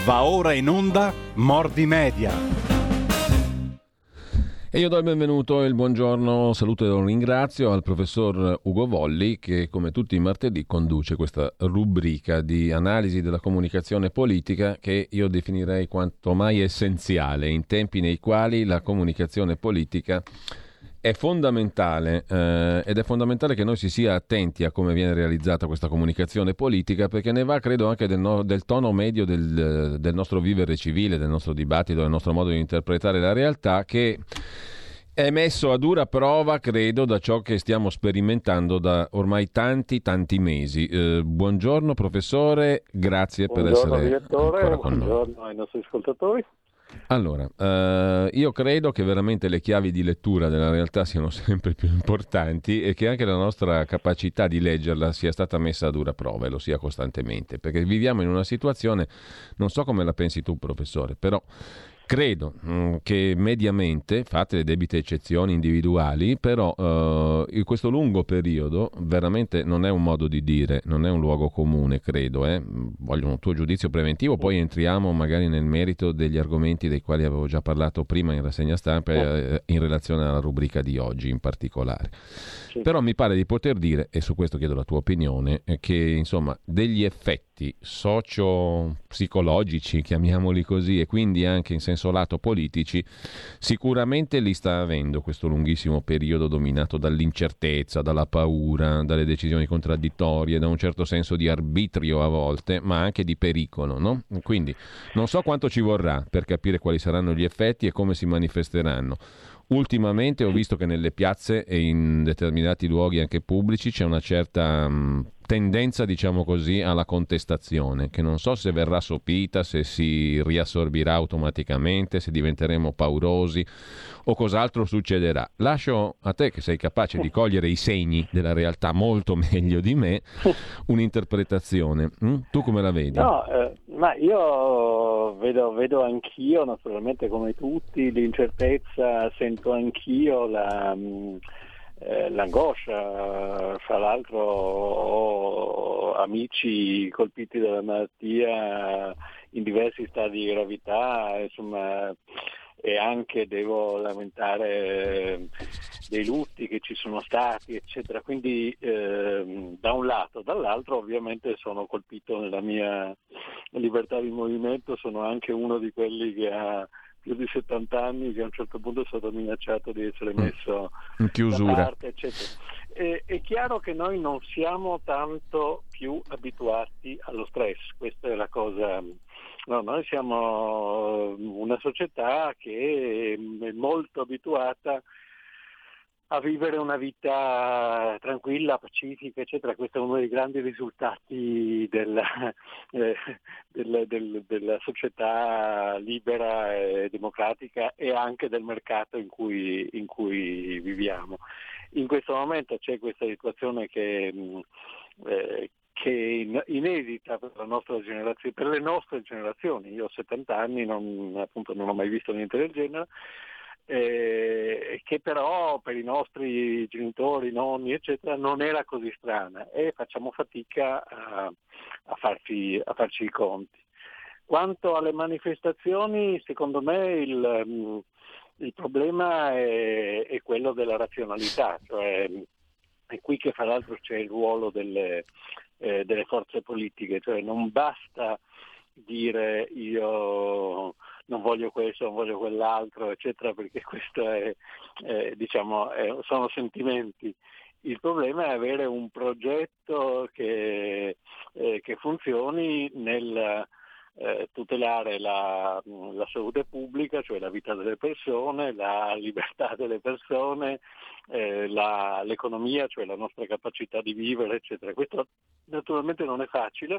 Va ora in onda Mordi Media. E io do il benvenuto e il buongiorno, saluto e un ringrazio al professor Ugo Volli che come tutti i martedì conduce questa rubrica di analisi della comunicazione politica che io definirei quanto mai essenziale in tempi nei quali la comunicazione politica è fondamentale ed è fondamentale che noi si sia attenti a come viene realizzata questa comunicazione politica, perché ne va credo anche del tono medio del nostro vivere civile, del nostro dibattito, del nostro modo di interpretare la realtà, che è messo a dura prova, credo, da ciò che stiamo sperimentando da ormai tanti mesi. Buongiorno professore, grazie per essere direttore, ancora con noi. buongiorno ai nostri ascoltatori. Allora, io credo che veramente le chiavi di lettura della realtà siano sempre più importanti e che anche la nostra capacità di leggerla sia stata messa a dura prova e lo sia costantemente, perché viviamo in una situazione, non so come la pensi tu professore, però credo che mediamente, fatte le debite eccezioni individuali, però in questo lungo periodo veramente non è un modo di dire, non è un luogo comune, credo. Voglio un tuo giudizio preventivo, poi entriamo magari nel merito degli argomenti dei quali avevo già parlato prima in rassegna stampa in relazione alla rubrica di oggi in particolare. Sì. Però mi pare di poter dire, e su questo chiedo la tua opinione, che insomma degli effetti socio-psicologici, chiamiamoli così, e quindi anche in senso lato politici, sicuramente li sta avendo questo lunghissimo periodo dominato dall'incertezza, dalla paura, dalle decisioni contraddittorie, da un certo senso di arbitrio a volte, ma anche di pericolo, no? Quindi non so quanto ci vorrà per capire quali saranno gli effetti e come si manifesteranno. Ultimamente ho visto che nelle piazze e in determinati luoghi anche pubblici c'è una certa tendenza, diciamo così, alla contestazione, che non so se verrà sopita, se si riassorbirà automaticamente, se diventeremo paurosi o cos'altro succederà. Lascio a te, che sei capace di cogliere i segni della realtà molto meglio di me, un'interpretazione. Tu come la vedi? No, ma io vedo anch'io, naturalmente come tutti, l'incertezza, sento anch'io l'angoscia. Fra l'altro ho amici colpiti dalla malattia in diversi stadi di gravità, insomma, e anche devo lamentare dei lutti che ci sono stati, eccetera. Quindi da un lato, dall'altro ovviamente sono colpito nella mia libertà di movimento, sono anche uno di quelli che ha più di 70 anni, che a un certo punto è stato minacciato di essere messo in chiusura, da parte, eccetera. È chiaro che noi non siamo tanto più abituati allo stress, questa è la cosa. No, noi siamo una società che è molto abituata a vivere una vita tranquilla, pacifica, eccetera. Questo è uno dei grandi risultati della società libera e democratica e anche del mercato in cui viviamo. In questo momento c'è questa situazione che è inedita per la nostra generazione, per le nostre generazioni. Io ho 70 anni, non ho mai visto niente del genere. Che però per i nostri genitori, nonni, eccetera, non era così strana e facciamo fatica a farci i conti. Quanto alle manifestazioni, secondo me il problema è quello della razionalità, cioè è qui che fra l'altro c'è il ruolo delle forze politiche, cioè non basta dire io non voglio questo, non voglio quell'altro, eccetera, perché questo sono sentimenti. Il problema è avere un progetto che funzioni nel tutelare la salute pubblica, cioè la vita delle persone, la libertà delle persone, l'economia, cioè la nostra capacità di vivere, eccetera. Questo naturalmente non è facile.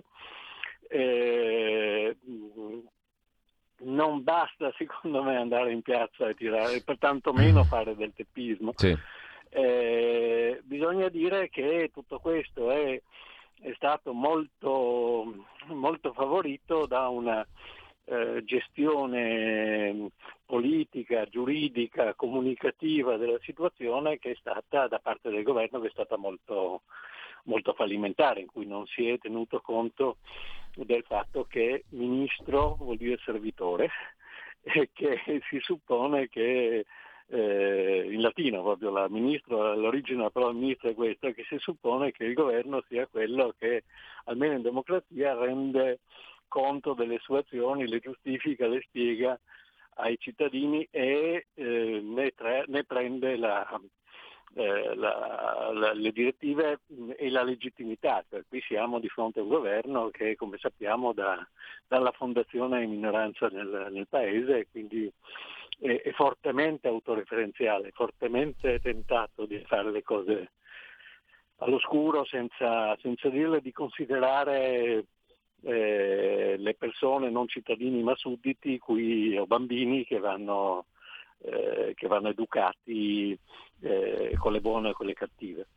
Non basta, secondo me, andare in piazza e tirare, per tanto meno fare del teppismo. Sì. Bisogna dire che tutto questo è stato molto, molto favorito da una gestione politica, giuridica, comunicativa della situazione che è stata da parte del governo, che è stata molto, molto fallimentare, in cui non si è tenuto conto del fatto che ministro vuol dire servitore e che si suppone che in latino proprio l'origine della parola ministro è questa, che si suppone che il governo sia quello che almeno in democrazia rende conto delle sue azioni, le giustifica, le spiega ai cittadini e ne prende le direttive e la legittimità. Qui siamo di fronte a un governo che, come sappiamo, dalla fondazione è in minoranza nel paese e quindi è fortemente autoreferenziale, fortemente tentato di fare le cose all'oscuro senza dirle di considerare le persone non cittadini ma sudditi o bambini che vanno educati con le buone e con le cattive.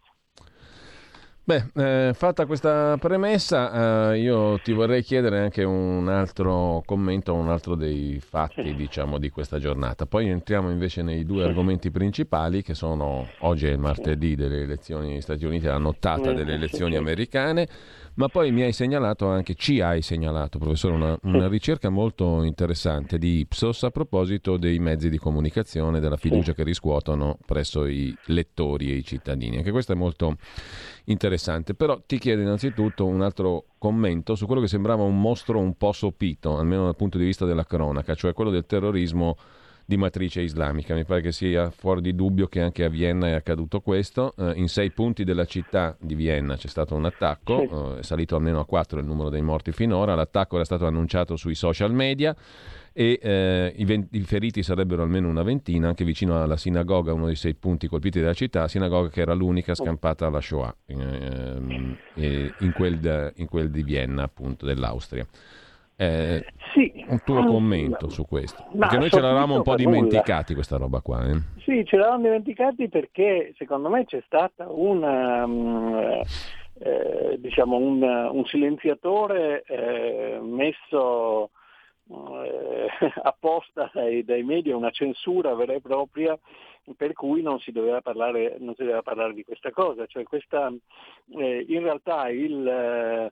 Fatta questa premessa, io ti vorrei chiedere anche un altro commento, un altro dei fatti, diciamo, di questa giornata. Poi entriamo invece nei due argomenti principali, che sono oggi è il martedì delle elezioni negli Stati Uniti, la nottata delle elezioni americane, ma poi ci hai segnalato, professore, una ricerca molto interessante di Ipsos a proposito dei mezzi di comunicazione, della fiducia che riscuotono presso i lettori e i cittadini. Anche questo è molto interessante, però ti chiedo innanzitutto un altro commento su quello che sembrava un mostro un po' sopito, almeno dal punto di vista della cronaca, cioè quello del terrorismo di matrice islamica. Mi pare che sia fuori di dubbio che anche a Vienna è accaduto questo. In 6 punti della città di Vienna c'è stato un attacco, è salito almeno a 4 il numero dei morti finora. L'attacco era stato annunciato sui social media e i feriti sarebbero almeno una ventina, anche vicino alla sinagoga, uno dei 6 punti colpiti della città, sinagoga che era l'unica scampata alla Shoah in quel di Vienna, appunto, dell'Austria. Un tuo commento su questo? Perché noi ce l'eravamo un po' dimenticati questa roba qua. Sì, ce l'eravamo dimenticati perché secondo me c'è stata un silenziatore messo apposta dai media, una censura vera e propria, per cui non si doveva parlare di questa cosa. Cioè in realtà il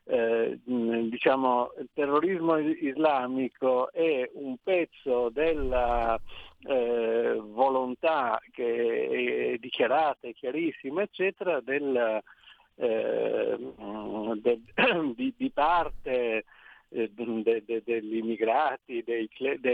terrorismo islamico è un pezzo della volontà che è dichiarata e chiarissima, eccetera, di parte degli immigrati, del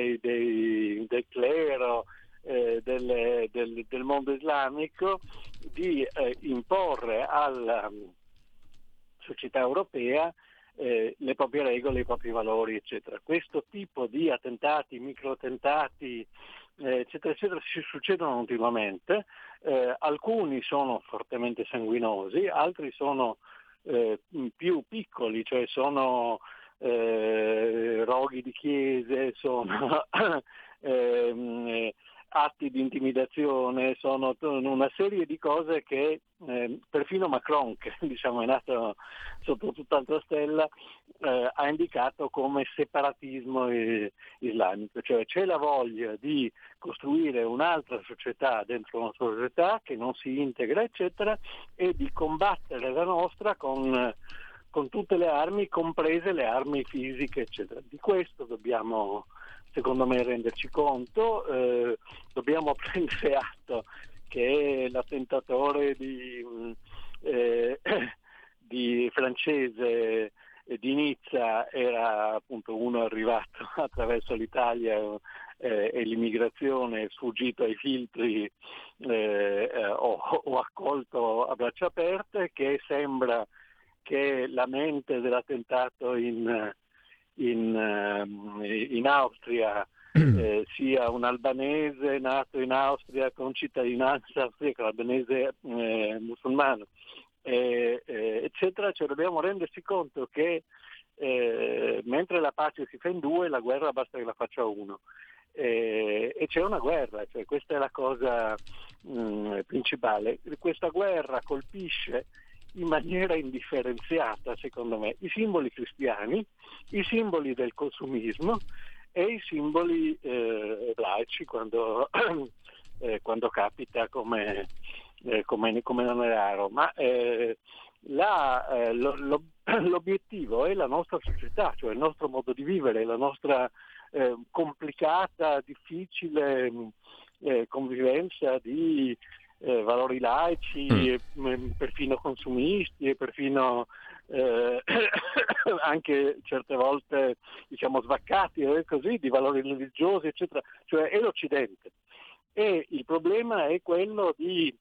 clero, del mondo islamico, di imporre alla società europea le proprie regole, i propri valori, eccetera. Questo tipo di attentati, microattentati, eccetera, eccetera, si succedono continuamente. Alcuni sono fortemente sanguinosi, altri sono più piccoli, cioè sono roghi di chiese, sono atti di intimidazione, sono una serie di cose che perfino Macron, che è nato sotto tutt'altra stella, ha indicato come separatismo islamico, cioè c'è la voglia di costruire un'altra società dentro una società che non si integra, eccetera, e di combattere la nostra con tutte le armi, comprese le armi fisiche, eccetera. Di questo dobbiamo, secondo me, renderci conto, dobbiamo prendere atto che l'attentatore di francese di Nizza era appunto uno arrivato attraverso l'Italia e l'immigrazione, sfuggito ai filtri o accolto a braccia aperte, che sembra che la mente dell'attentato in Austria sia un albanese nato in Austria con cittadinanza austriaca, albanese musulmano, eccetera. Cioè dobbiamo renderci conto che mentre la pace si fa in 2, la guerra basta che la faccia uno. E c'è una guerra, cioè questa è la cosa principale. Questa guerra colpisce in maniera indifferenziata, secondo me, i simboli cristiani, i simboli del consumismo e i simboli laici quando capita, come non è raro. Ma l'obiettivo è la nostra società, cioè il nostro modo di vivere, la nostra complicata, difficile convivenza di valori laici, perfino consumisti e perfino anche certe volte diciamo svaccati, così, di valori religiosi, eccetera, cioè è l'Occidente. E il problema è quello di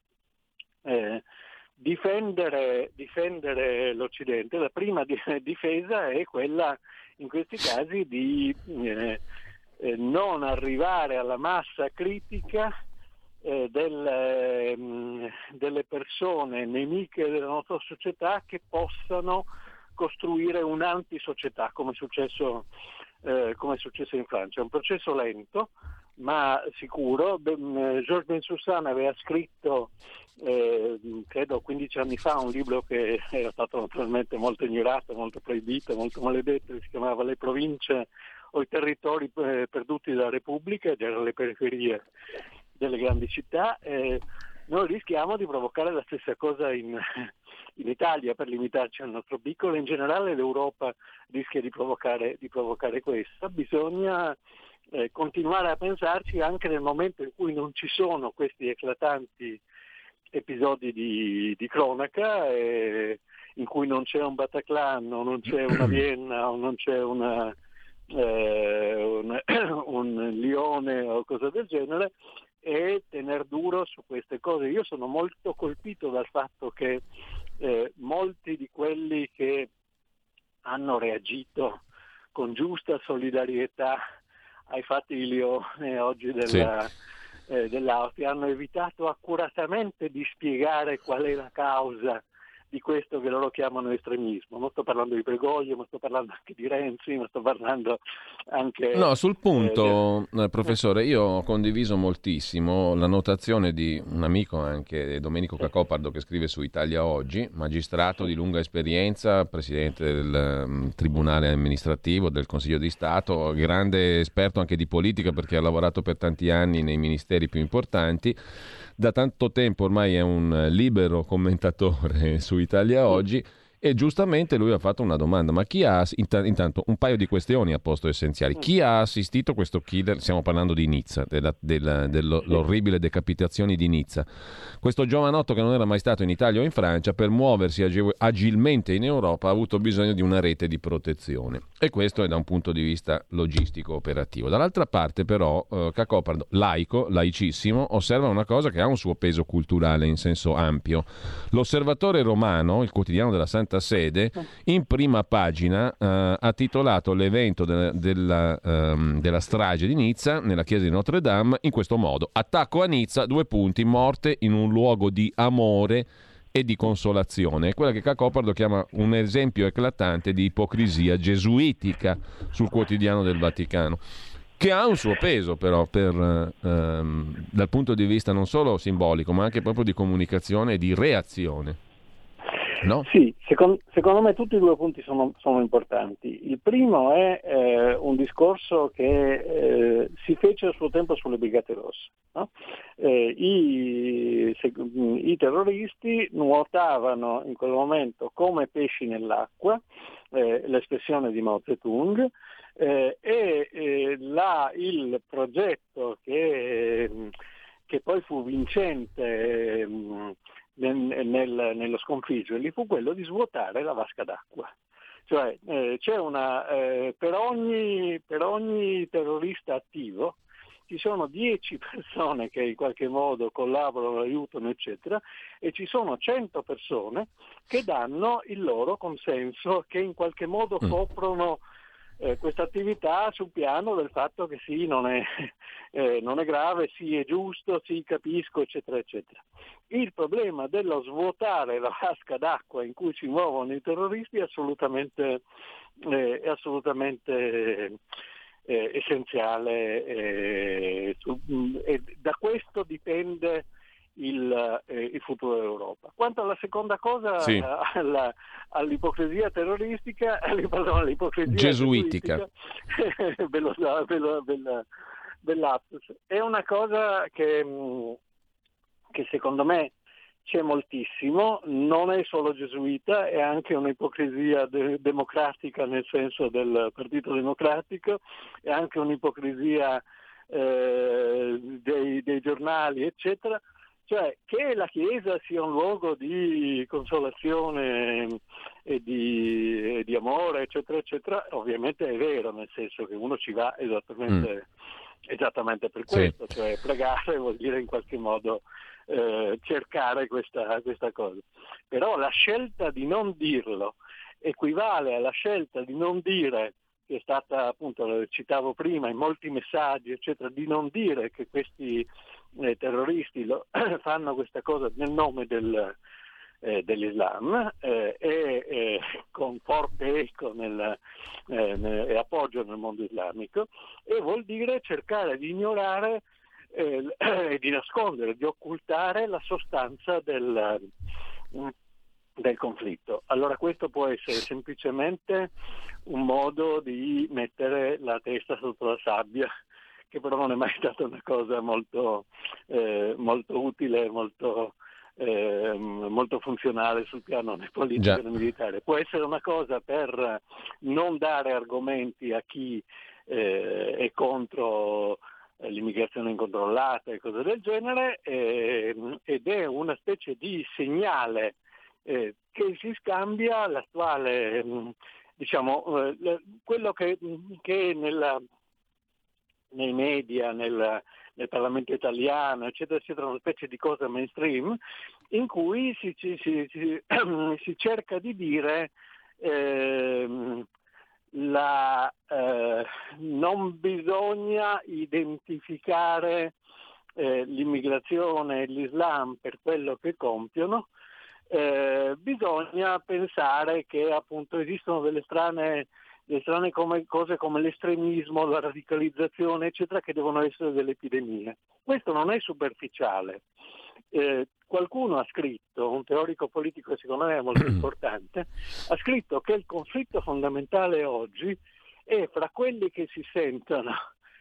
difendere l'Occidente. La prima difesa è quella, in questi casi, di non arrivare alla massa critica delle persone nemiche della nostra società che possano costruire un'antisocietà, come è successo in Francia. È un processo lento ma sicuro. Georges Bensoussan aveva scritto credo 15 anni fa un libro che era stato naturalmente molto ignorato, molto proibito, molto maledetto, che si chiamava Le province o i territori perduti dalla Repubblica, ed erano le periferie delle grandi città. Noi rischiamo di provocare la stessa cosa in Italia, per limitarci al nostro piccolo. In generale l'Europa rischia di provocare questo. Bisogna continuare a pensarci anche nel momento in cui non ci sono questi eclatanti episodi di cronaca, in cui non c'è un Bataclan o non c'è una Vienna o non c'è un Lione o cosa del genere, e tener duro su queste cose. Io sono molto colpito dal fatto che molti di quelli che hanno reagito con giusta solidarietà ai fatti di Lione oggi dell'Austria hanno evitato accuratamente di spiegare qual è la causa di questo che loro chiamano estremismo. Non sto parlando di Bergoglio, ma sto parlando anche di Renzi, ma sto parlando anche... No, sul punto, professore, io ho condiviso moltissimo la notazione di un amico anche, Domenico Cacopardo, che scrive su Italia Oggi, magistrato di lunga esperienza, presidente del Tribunale amministrativo, del Consiglio di Stato, grande esperto anche di politica perché ha lavorato per tanti anni nei ministeri più importanti. Da tanto tempo ormai è un libero commentatore su Italia Oggi, e giustamente lui ha fatto una domanda: ma chi ha, intanto un paio di questioni ha posto essenziali, chi ha assistito questo killer? Stiamo parlando di Nizza, dell'orribile decapitazione di Nizza, questo giovanotto che non era mai stato in Italia o in Francia, per muoversi agilmente in Europa ha avuto bisogno di una rete di protezione, e questo è da un punto di vista logistico operativo. Dall'altra parte però Cacopardo, laicissimo, osserva una cosa che ha un suo peso culturale in senso ampio. L'Osservatore Romano, il quotidiano della Santa Sede, in prima pagina ha titolato l'evento della strage di Nizza nella chiesa di Notre Dame in questo modo: attacco a Nizza, morte in un luogo di amore e di consolazione. È quella che Cacopardo chiama un esempio eclatante di ipocrisia gesuitica sul quotidiano del Vaticano, che ha un suo peso però dal punto di vista non solo simbolico ma anche proprio di comunicazione e di reazione. No? Sì, secondo me tutti e due punti sono importanti. Il primo è un discorso che si fece a suo tempo sulle Brigate Rosse. No? I terroristi nuotavano in quel momento come pesci nell'acqua, l'espressione di Mao Zedong, il progetto che poi fu vincente nello sconfiggerli fu quello di svuotare la vasca d'acqua. Cioè c'è per ogni terrorista attivo ci sono 10 persone che in qualche modo collaborano, aiutano, eccetera, e ci sono 100 persone che danno il loro consenso, che in qualche modo coprono questa attività sul piano del fatto che sì, non è grave, sì, è giusto, sì, capisco, eccetera, eccetera. Il problema dello svuotare la vasca d'acqua in cui si muovono i terroristi è assolutamente essenziale, e da questo dipende il futuro dell'Europa. Quanto alla seconda cosa, sì, all'ipocrisia terroristica, all'ipocrisia gesuitica, dell'Aptus, è una cosa che secondo me c'è moltissimo, non è solo gesuita, è anche un'ipocrisia democratica nel senso del Partito Democratico, è anche un'ipocrisia dei giornali, eccetera. Cioè, che la Chiesa sia un luogo di consolazione e di amore, eccetera, eccetera, ovviamente è vero, nel senso che uno ci va esattamente per questo, sì. cioè pregare vuol dire in qualche modo cercare questa cosa. Però la scelta di non dirlo equivale alla scelta di non dire, che è stata appunto, lo citavo prima, in molti messaggi, eccetera, di non dire che questi terroristi fanno questa cosa nel nome dell'Islam e con forte eco e appoggio nel mondo islamico, e vuol dire cercare di ignorare e di nascondere, di occultare la sostanza del conflitto. Allora questo può essere semplicemente un modo di mettere la testa sotto la sabbia, che però non è mai stata una cosa molto utile, molto funzionale sul piano politico e militare. Può essere una cosa per non dare argomenti a chi è contro l'immigrazione incontrollata e cose del genere, ed è una specie di segnale che si scambia l'attuale, quello che nei media, nel Parlamento italiano, eccetera, eccetera, una specie di cosa mainstream in cui si cerca di dire non bisogna identificare l'immigrazione e l'Islam per quello che compiono, bisogna pensare che appunto esistono delle strane cose come l'estremismo, la radicalizzazione, eccetera, che devono essere delle epidemie. Questo non è superficiale. Qualcuno ha scritto, un teorico politico secondo me è molto importante, ha scritto che il conflitto fondamentale oggi è fra quelli che si sentono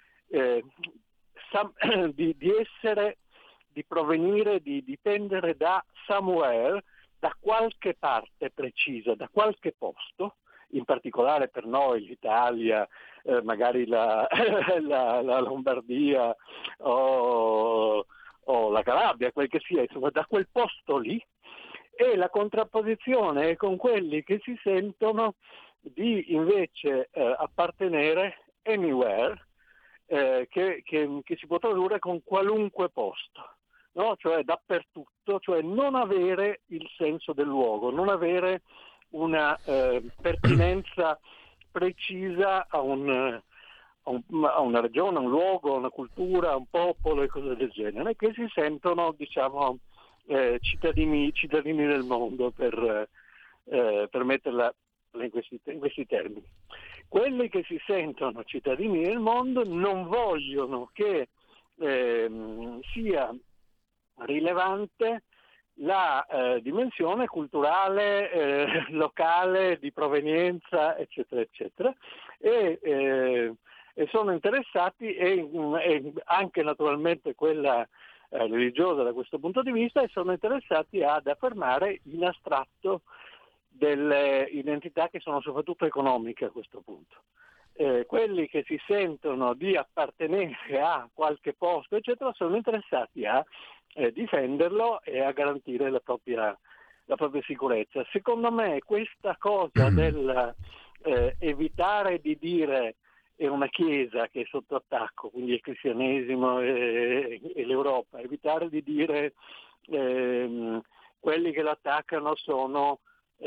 di provenire, di dipendere da somewhere, da qualche parte precisa, da qualche posto, in particolare per noi l'Italia, magari la Lombardia o la Calabria, quel che sia, insomma, da quel posto lì, e la contrapposizione è con quelli che si sentono di invece appartenere anywhere, che si può tradurre con qualunque posto, no? Cioè dappertutto, cioè non avere il senso del luogo, non avere una pertinenza precisa a una regione, a un luogo, a una cultura, a un popolo e cose del genere, che si sentono, diciamo, cittadini del mondo, per metterla in questi termini. Quelli che si sentono cittadini del mondo non vogliono che sia rilevante la dimensione culturale, locale, di provenienza, eccetera, eccetera, e sono interessati, e anche naturalmente quella religiosa da questo punto di vista, e sono interessati ad affermare in astratto delle identità che sono soprattutto economiche a questo punto. Quelli che si sentono di appartenere a qualche posto, eccetera, sono interessati a difenderlo e a garantire la propria sicurezza. Secondo me questa cosa del evitare di dire è una Chiesa che è sotto attacco, quindi il cristianesimo e l'Europa, evitare di dire quelli che l'attaccano sono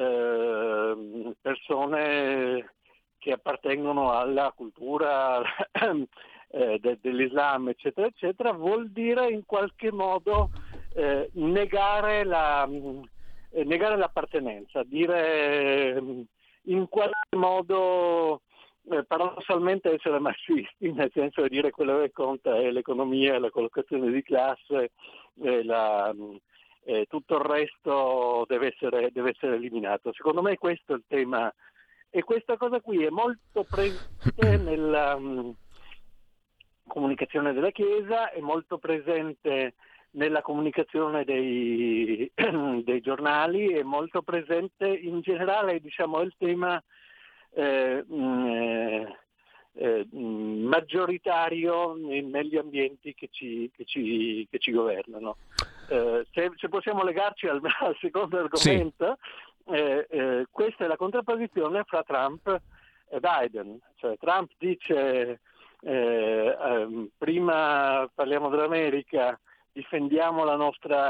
persone che appartengono alla cultura dell'Islam, eccetera, eccetera, vuol dire in qualche modo negare l'appartenenza, dire in qualche modo paradossalmente essere marxisti, nel senso di dire quello che conta è l'economia, la collocazione di classe, tutto il resto deve essere eliminato. Secondo me questo è il tema, e questa cosa qui è molto presente nella comunicazione della Chiesa, è molto presente nella comunicazione dei giornali, è molto presente in generale, diciamo, è il tema maggioritario negli ambienti che ci governano. Se possiamo legarci al secondo argomento, sì. Questa è la contrapposizione fra Trump e Biden. Cioè, Trump dice prima parliamo dell'America, difendiamo la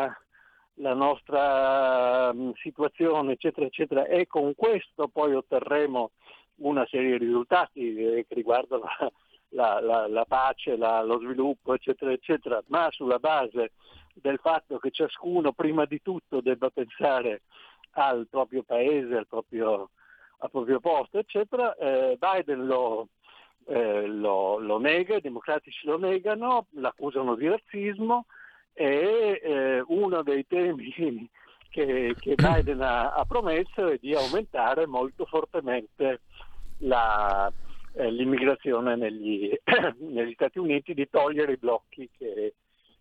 nostra situazione, eccetera, eccetera, e con questo poi otterremo una serie di risultati che riguardano la pace, lo sviluppo, eccetera, eccetera, ma sulla base del fatto che ciascuno prima di tutto debba pensare al proprio paese, al proprio posto, eccetera. Biden lo nega, i democratici lo negano, l'accusano di razzismo, e uno dei temi che Biden ha promesso è di aumentare molto fortemente l'immigrazione negli Stati Uniti, di togliere i blocchi che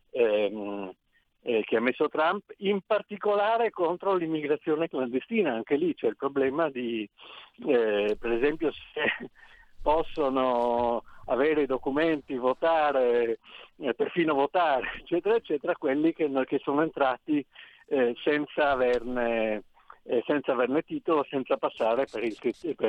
ha messo Trump, in particolare contro l'immigrazione clandestina. Anche lì c'è il problema di, per esempio, se possono avere i documenti, votare, perfino votare, eccetera, eccetera, quelli che sono entrati senza averne titolo, senza passare per i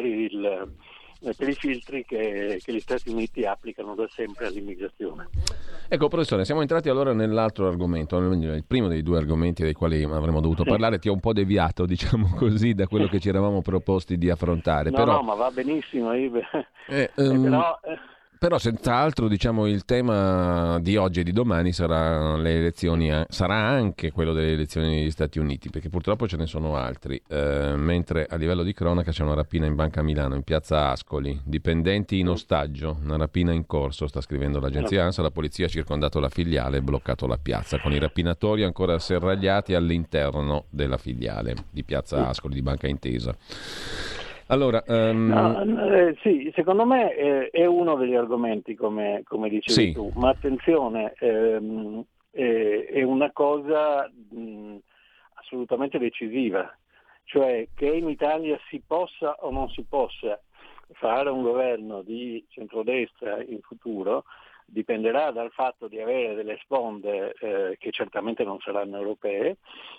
filtri che gli Stati Uniti applicano da sempre all'immigrazione. Ecco, professore, siamo entrati allora nell'altro argomento, il primo dei due argomenti dei quali avremmo dovuto parlare. Ti ho un po' deviato, diciamo così, da quello che ci eravamo proposti di affrontare. No, ma va benissimo. Però senz'altro, diciamo, il tema di oggi e di domani sarà anche quello delle elezioni negli Stati Uniti, perché purtroppo ce ne sono altri, mentre a livello di cronaca c'è una rapina in Banca Milano, in piazza Ascoli, dipendenti in ostaggio, una rapina in corso, sta scrivendo l'agenzia ANSA, la polizia ha circondato la filiale e bloccato la piazza, con i rapinatori ancora serragliati all'interno della filiale di piazza Ascoli di Banca Intesa. Allora, sì, secondo me è uno degli argomenti, come dicevi sì. tu, ma attenzione, è una cosa assolutamente decisiva, cioè che in Italia si possa o non si possa fare un governo di centrodestra in futuro dipenderà dal fatto di avere delle sponde che certamente non saranno europee,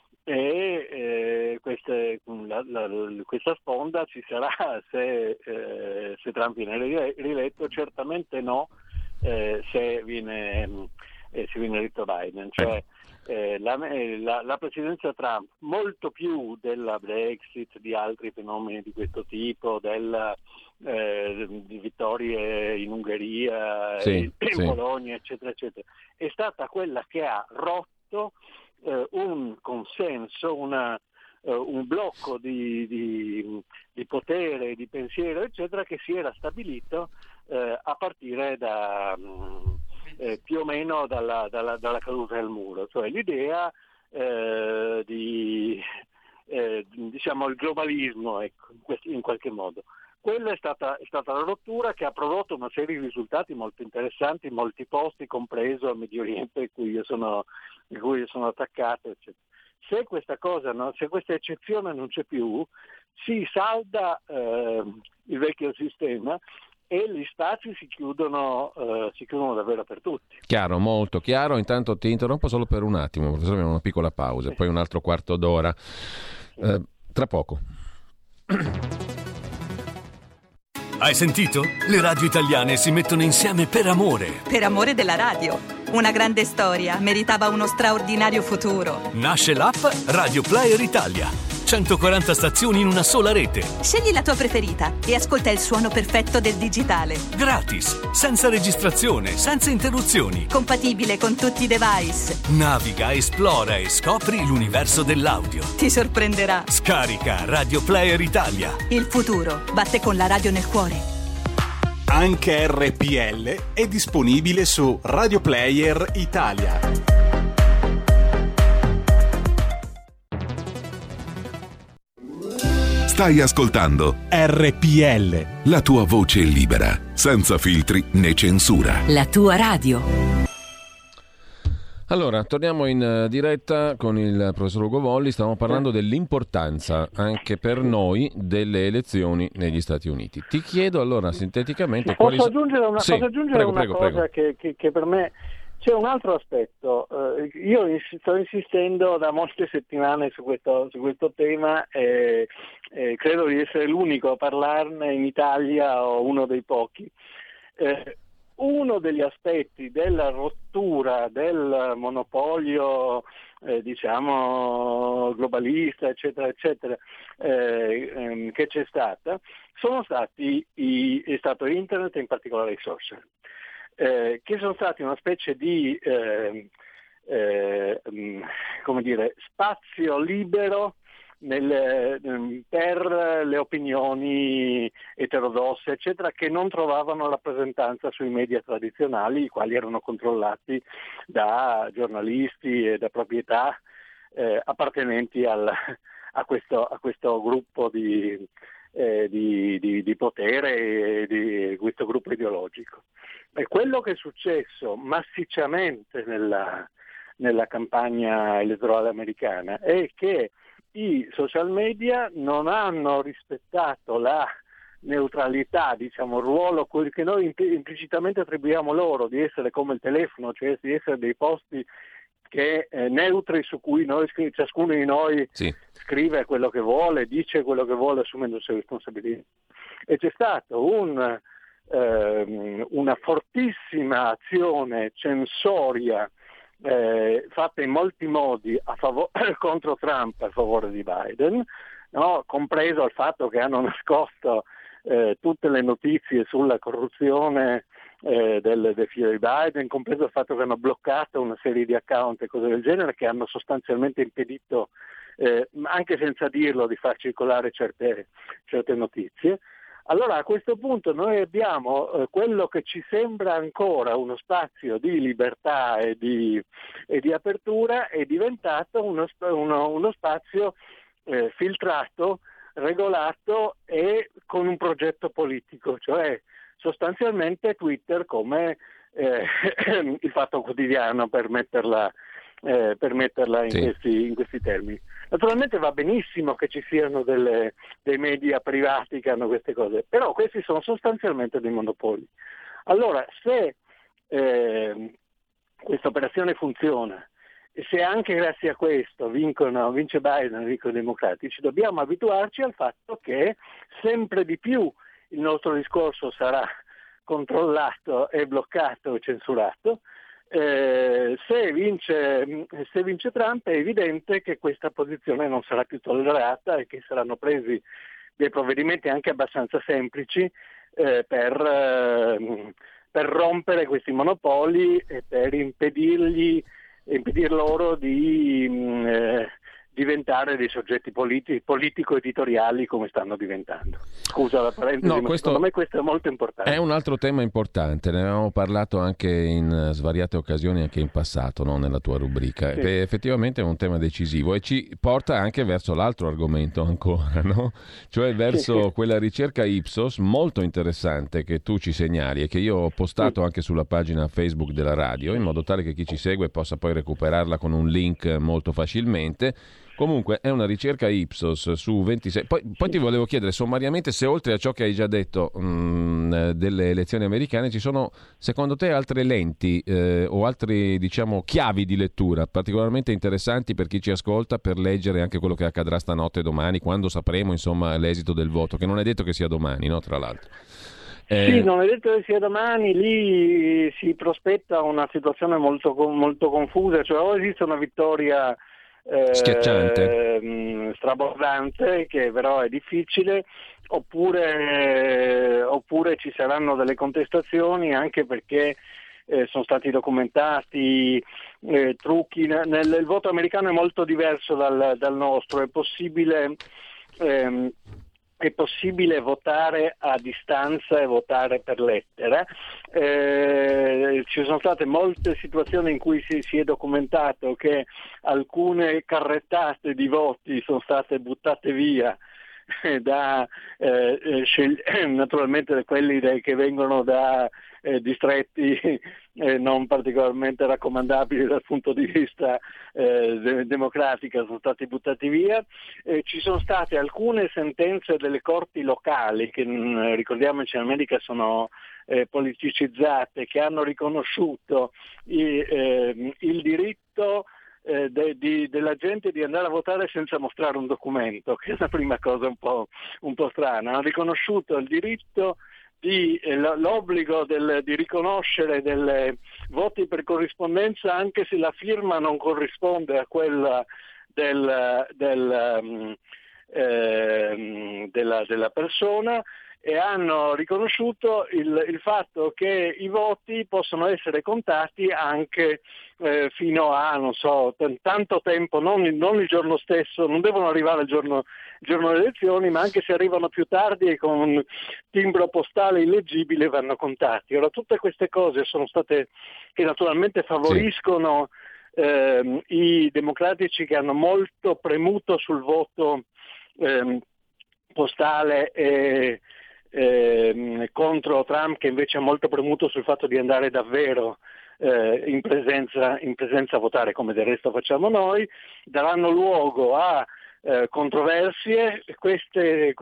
e questa sponda ci sarà se Trump viene riletto, certamente no se viene eletto Biden. Cioè la presidenza Trump, molto più della Brexit, di altri fenomeni di questo tipo, di vittorie in Ungheria, in Polonia, eccetera, eccetera, è stata quella che ha rotto un consenso, un blocco di potere, di pensiero, eccetera, che si era stabilito a partire da più o meno dalla caduta del muro, cioè l'idea diciamo il globalismo, ecco, in qualche modo. Quella è stata la rottura che ha prodotto una serie di risultati molto interessanti in molti posti, compreso il Medio Oriente, di cui io sono attaccato, eccetera. Se questa eccezione non c'è più, si salda il vecchio sistema e gli spazi si chiudono davvero per tutti. Chiaro, molto chiaro. Intanto ti interrompo solo per un attimo, perché abbiamo una piccola pausa, poi un altro quarto d'ora. Tra poco. Hai sentito? Le radio italiane si mettono insieme per amore. Per amore della radio. Una grande storia meritava uno straordinario futuro. Nasce l'app Radio Player Italia. 140 stazioni in una sola rete. Scegli la tua preferita e ascolta il suono perfetto del digitale. Gratis, senza registrazione, senza interruzioni. Compatibile con tutti i device. Naviga, esplora e scopri l'universo dell'audio. Ti sorprenderà. Scarica Radio Player Italia. Il futuro batte con la radio nel cuore. Anche RPL è disponibile su Radio Player Italia. Stai ascoltando RPL, la tua voce libera, senza filtri né censura. La tua radio. Allora, torniamo in diretta con il professor Ugo Volli. Stavamo parlando dell'importanza anche per noi delle elezioni negli Stati Uniti. Ti chiedo allora sinteticamente posso aggiungere una prego. cosa che per me c'è un altro aspetto. Io sto insistendo da molte settimane su questo tema e credo di essere l'unico a parlarne in Italia o uno dei pochi. Uno degli aspetti della rottura del monopolio globalista eccetera eccetera che c'è stata è stato internet e in particolare i social, che sono stati una specie di spazio libero per le opinioni eterodosse eccetera, che non trovavano rappresentanza sui media tradizionali, i quali erano controllati da giornalisti e da proprietà appartenenti a questo gruppo di potere, di questo gruppo ideologico. E quello che è successo massicciamente nella campagna elettorale americana è che i social media non hanno rispettato la neutralità, il ruolo che noi implicitamente attribuiamo loro, di essere come il telefono, cioè di essere dei posti neutri su cui ciascuno di noi scrive quello che vuole, dice quello che vuole, assumendosi responsabilità. E c'è stata una fortissima azione censoria fatta in molti modi contro Trump a favore di Biden, no? Compreso il fatto che hanno nascosto tutte le notizie sulla corruzione del figlio di Biden, compreso il fatto che hanno bloccato una serie di account e cose del genere, che hanno sostanzialmente impedito, anche senza dirlo, di far circolare certe notizie. Allora a questo punto noi abbiamo quello che ci sembra ancora uno spazio di libertà e di apertura, è diventato uno spazio filtrato, regolato e con un progetto politico, cioè sostanzialmente Twitter come il Fatto Quotidiano, per metterla in questi termini. Naturalmente va benissimo che ci siano dei media privati che hanno queste cose, però questi sono sostanzialmente dei monopoli. Allora, se questa operazione funziona e se anche grazie a questo vince Biden, vincono i democratici, dobbiamo abituarci al fatto che sempre di più il nostro discorso sarà controllato e bloccato e censurato. Se vince Trump è evidente che questa posizione non sarà più tollerata e che saranno presi dei provvedimenti anche abbastanza semplici per rompere questi monopoli e per impedir loro di diventare dei soggetti politico-editoriali come stanno diventando. Scusa la parentesi, ma secondo me questo è molto importante. È un altro tema importante, ne avevamo parlato anche in svariate occasioni anche in passato, no? Nella tua rubrica. Sì. Effettivamente è un tema decisivo e ci porta anche verso l'altro argomento ancora, no? Cioè verso quella ricerca Ipsos molto interessante che tu ci segnali e che io ho postato anche sulla pagina Facebook della radio, in modo tale che chi ci segue possa poi recuperarla con un link molto facilmente. Comunque è una ricerca Ipsos su 26. Poi ti volevo chiedere sommariamente se, oltre a ciò che hai già detto delle elezioni americane, ci sono secondo te altre lenti o altri, chiavi di lettura particolarmente interessanti per chi ci ascolta, per leggere anche quello che accadrà stanotte e domani, quando sapremo l'esito del voto, che non è detto che sia domani, no, tra l'altro. Sì, non è detto che sia domani, lì si prospetta una situazione molto, molto confusa, cioè o esiste una vittoria schiacciante, strabordante, che però è difficile, oppure ci saranno delle contestazioni, anche perché sono stati documentati trucchi. Il voto americano è molto diverso dal nostro, è possibile votare a distanza e votare per lettera. Ci sono state molte situazioni in cui si è documentato che alcune carrettate di voti sono state buttate via naturalmente quelli che vengono da distretti non particolarmente raccomandabili dal punto di vista democratico, sono stati buttati via. Ci sono state alcune sentenze delle corti locali che, ricordiamoci, in America sono politicizzate, che hanno riconosciuto il diritto della gente di andare a votare senza mostrare un documento, che è la prima cosa un po' strana. Hanno riconosciuto il diritto l'obbligo di riconoscere delle voti per corrispondenza anche se la firma non corrisponde a quella della persona, e hanno riconosciuto il fatto che i voti possono essere contati anche fino a, tanto tempo, non il giorno stesso, non devono arrivare il giorno delle elezioni, ma anche se arrivano più tardi e con un timbro postale illeggibile vanno contati. Ora, tutte queste cose sono state, che naturalmente favoriscono i democratici, che hanno molto premuto sul voto postale e contro Trump, che invece ha molto premuto sul fatto di andare davvero in presenza a votare, come del resto facciamo noi. Daranno luogo a controversie. Queste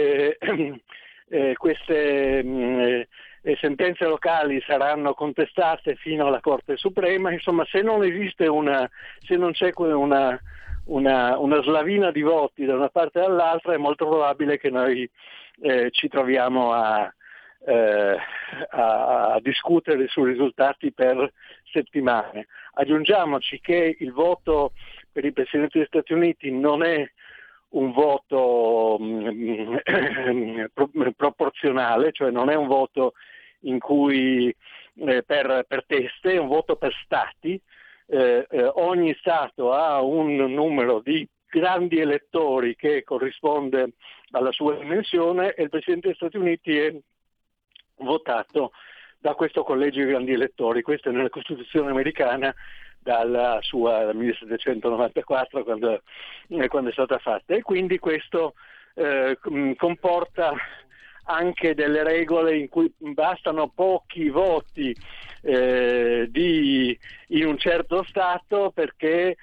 sentenze locali saranno contestate fino alla Corte Suprema. Insomma, se non c'è una slavina di voti da una parte e dall'altra, è molto probabile che noi ci troviamo a discutere sui risultati per settimane. Aggiungiamoci che il voto per il Presidente degli Stati Uniti non è un voto proporzionale, cioè non è un voto in cui per teste, è un voto per stati. Ogni Stato ha un numero di grandi elettori che corrisponde alla sua dimensione, e il Presidente degli Stati Uniti è votato da questo collegio di grandi elettori. Questo è nella Costituzione americana dal 1794, quando è stata fatta, e quindi questo comporta anche delle regole in cui bastano pochi voti in un certo Stato perché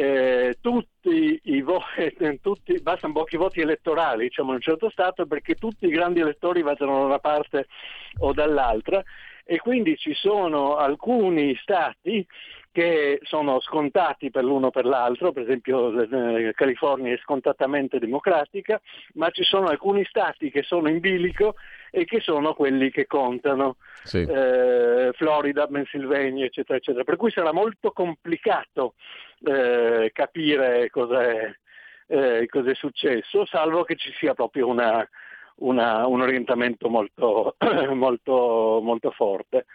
bastano pochi voti elettorali, diciamo, in un certo Stato, perché tutti i grandi elettori vadano da una parte o dall'altra, e quindi ci sono alcuni Stati che sono scontati per l'uno o per l'altro. Per esempio California è scontatamente democratica, ma ci sono alcuni Stati che sono in bilico e che sono quelli che contano, sì. Florida, Pennsylvania, eccetera, eccetera. Per cui sarà molto complicato capire cos'è successo, salvo che ci sia proprio un orientamento molto, molto, molto forte.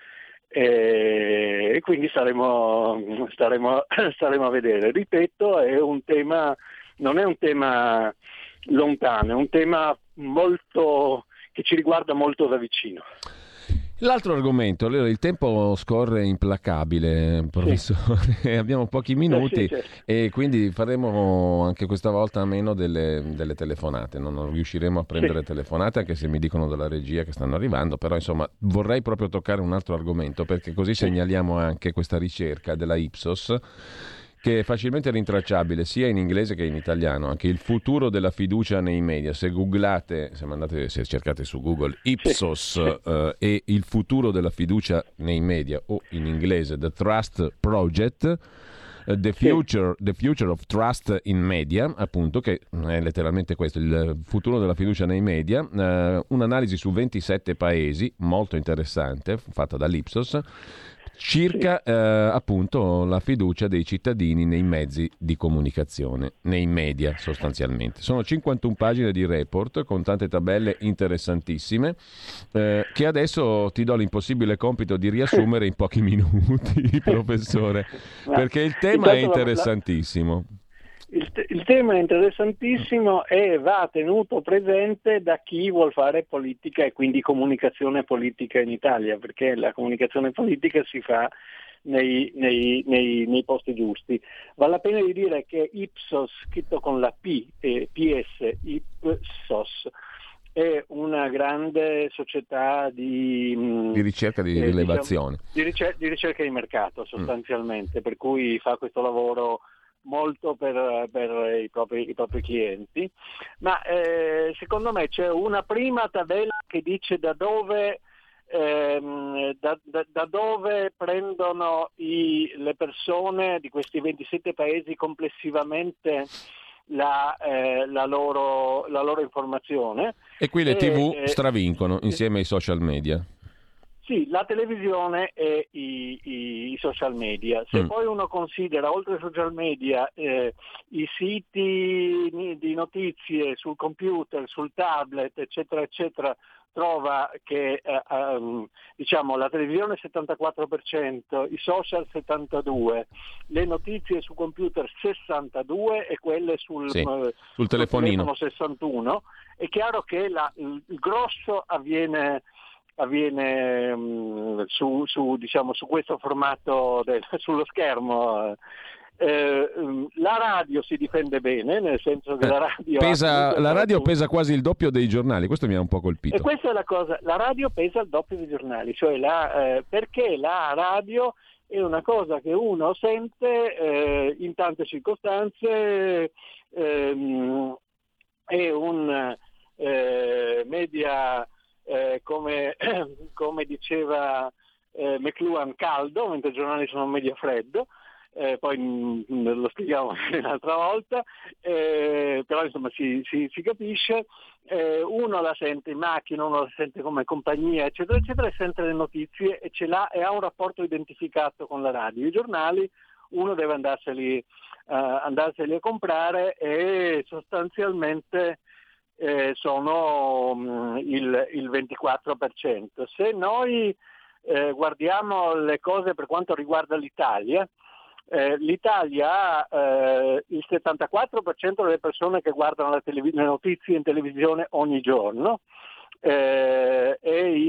E quindi staremo a vedere. Ripeto, non è un tema lontano, è un tema che ci riguarda molto da vicino. L'altro argomento, allora, il tempo scorre implacabile, professore, sì. Abbiamo pochi minuti, sì, certo. E quindi faremo anche questa volta a meno delle telefonate, non riusciremo a prendere telefonate, anche se mi dicono dalla regia che stanno arrivando, però insomma vorrei proprio toccare un altro argomento, perché così segnaliamo anche questa ricerca della Ipsos, che è facilmente rintracciabile sia in inglese che in italiano, anche il futuro della fiducia nei media. Se googlate, se cercate su Google Ipsos e il futuro della fiducia nei media, o in inglese The Trust Project, the future of Trust in Media, appunto, che è letteralmente questo, il futuro della fiducia nei media, un'analisi su 27 paesi, molto interessante, fatta dall'Ipsos, circa appunto la fiducia dei cittadini nei mezzi di comunicazione, nei media sostanzialmente. Sono 51 pagine di report con tante tabelle interessantissime che adesso ti do l'impossibile compito di riassumere in pochi minuti, professore, perché il tema è interessantissimo. Il tema è interessantissimo e va tenuto presente da chi vuol fare politica e quindi comunicazione politica in Italia, perché la comunicazione politica si fa nei posti giusti. Vale la pena di dire che Ipsos, scritto con la P e PS, Ipsos, è una grande società di ricerca, di rilevazione, diciamo, di ricerca di mercato sostanzialmente, per cui fa questo lavoro molto per i propri clienti, ma secondo me c'è una prima tabella che dice da dove prendono le persone di questi 27 paesi complessivamente la loro informazione. E qui le TV stravincono insieme ai social media. Sì, la televisione e i social media. Se poi uno considera, oltre ai social media, i siti di notizie sul computer, sul tablet, eccetera, eccetera, trova che diciamo la televisione 74%, i social 72%, le notizie su computer 62% e quelle sul telefonino 61%. È chiaro che il grosso avviene su questo formato sullo schermo. La radio si difende bene, nel senso che la radio pesa quasi il doppio dei giornali. Questo mi ha un po' colpito. E questa è la cosa, la radio pesa il doppio dei giornali, cioè perché la radio è una cosa che uno sente in tante circostanze, è un media come diceva McLuhan, caldo, mentre i giornali sono media freddo. Poi lo spieghiamo un'altra volta, però insomma si capisce. Uno la sente in macchina, uno la sente come compagnia, eccetera, eccetera, e sente le notizie e ce l'ha e ha un rapporto identificato con la radio. I giornali uno deve andarseli a comprare e sostanzialmente sono il 24%. Se noi guardiamo le cose per quanto riguarda l'Italia, l'Italia ha il 74% delle persone che guardano le notizie in televisione ogni giorno e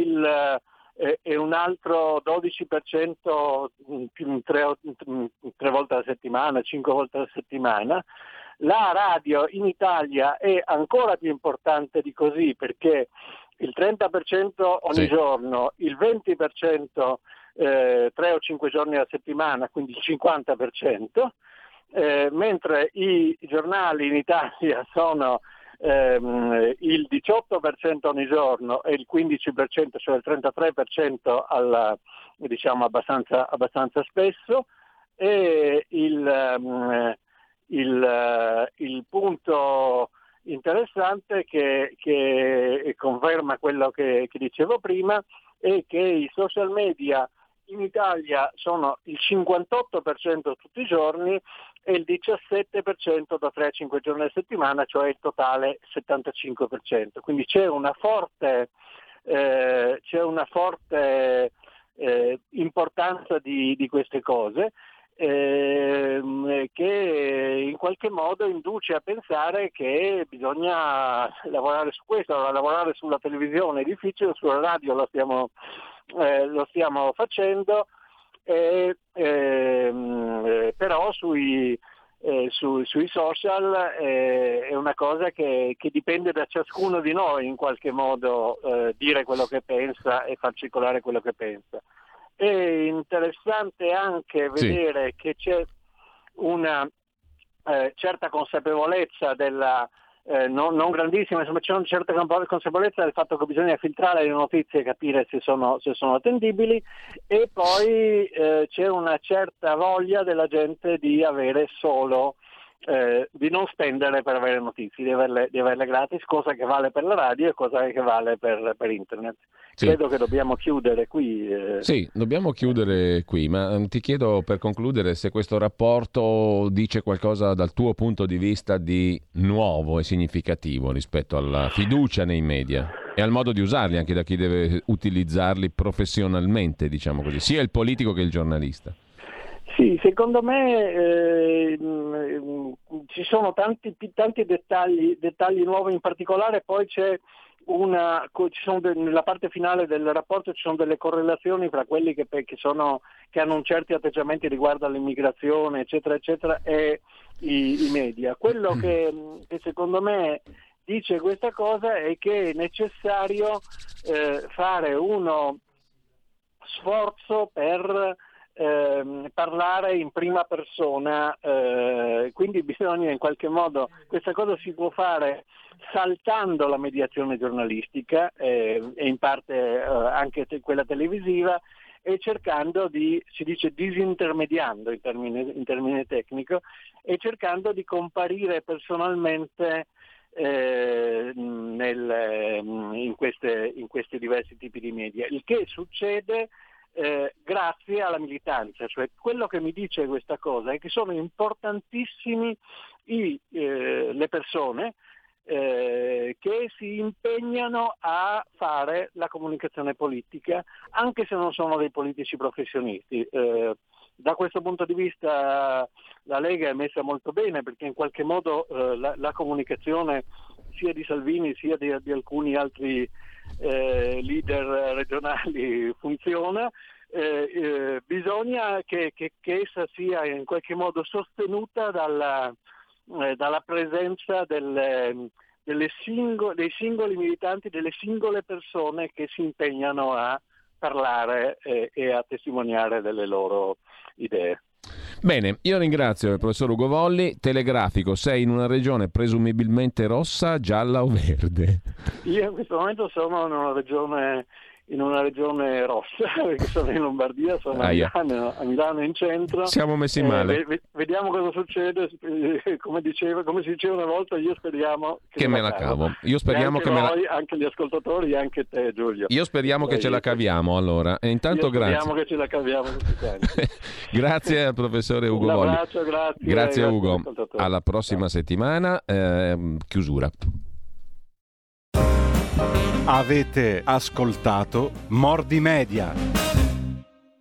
un altro 12% tre volte alla settimana, 5 volte alla settimana. La radio in Italia è ancora più importante di così, perché il 30% ogni giorno, il 20% 3 o 5 giorni alla settimana, quindi il 50%, mentre i giornali in Italia sono il 18% ogni giorno e il 15%, cioè il 33% diciamo abbastanza spesso, e il punto interessante che conferma quello che dicevo prima è che i social media in Italia sono il 58% tutti i giorni e il 17% da 3 a 5 giorni a settimana, cioè il totale 75%. Quindi c'è una forte importanza di queste cose, che in qualche modo induce a pensare che bisogna lavorare su questo. Lavorare sulla televisione è difficile, sulla radio lo stiamo facendo, però sui social è una cosa che dipende da ciascuno di noi in qualche modo, dire quello che pensa e far circolare quello che pensa. È interessante anche vedere che c'è una certa consapevolezza non grandissima, insomma c'è una certa consapevolezza del fatto che bisogna filtrare le notizie e capire se sono attendibili, e poi c'è una certa voglia della gente di avere solo di non spendere per avere notizie, di averle gratis, cosa che vale per la radio e cosa che vale per internet. Sì. Credo che dobbiamo chiudere qui. Sì, dobbiamo chiudere qui, ma ti chiedo per concludere se questo rapporto dice qualcosa dal tuo punto di vista di nuovo e significativo rispetto alla fiducia nei media e al modo di usarli anche da chi deve utilizzarli professionalmente, diciamo così, sia il politico che il giornalista. Sì, secondo me ci sono tanti dettagli nuovi, in particolare poi nella parte finale del rapporto ci sono delle correlazioni fra quelli che hanno certi atteggiamenti riguardo all'immigrazione, eccetera, eccetera, e i media. Quello che secondo me dice questa cosa è che è necessario fare uno sforzo per parlare in prima persona, quindi bisogna in qualche modo, questa cosa si può fare saltando la mediazione giornalistica e in parte anche quella televisiva, e cercando si dice disintermediando in termine tecnico, e cercando di comparire personalmente in questi diversi tipi di media, il che succede grazie alla militanza. Cioè, quello che mi dice questa cosa è che sono importantissimi le persone che si impegnano a fare la comunicazione politica, anche se non sono dei politici professionisti. Da questo punto di vista la Lega è messa molto bene, perché in qualche modo la comunicazione sia di Salvini sia di alcuni altri leader regionali funziona. Bisogna che essa sia in qualche modo sostenuta dalla presenza dei singoli militanti, delle singole persone che si impegnano a parlare e a testimoniare delle loro idee. Bene, io ringrazio il professor Ugo Volli. Telegrafico, sei in una regione presumibilmente rossa, gialla o verde? Io in questo momento sono in una regione rossa, perché sono in Lombardia, sono a Milano in centro. Siamo messi male. Vediamo cosa succede. Come si diceva una volta, io speriamo che me la cavo. Io speriamo che anche gli ascoltatori, anche te, Giulio. Io speriamo che ce la caviamo, allora. E intanto speriamo che ce la caviamo tutti quanti. Grazie al professore Ugo Volli. Un abbraccio, grazie Ugo. Alla prossima settimana. Chiusura. Avete ascoltato Mordi Media.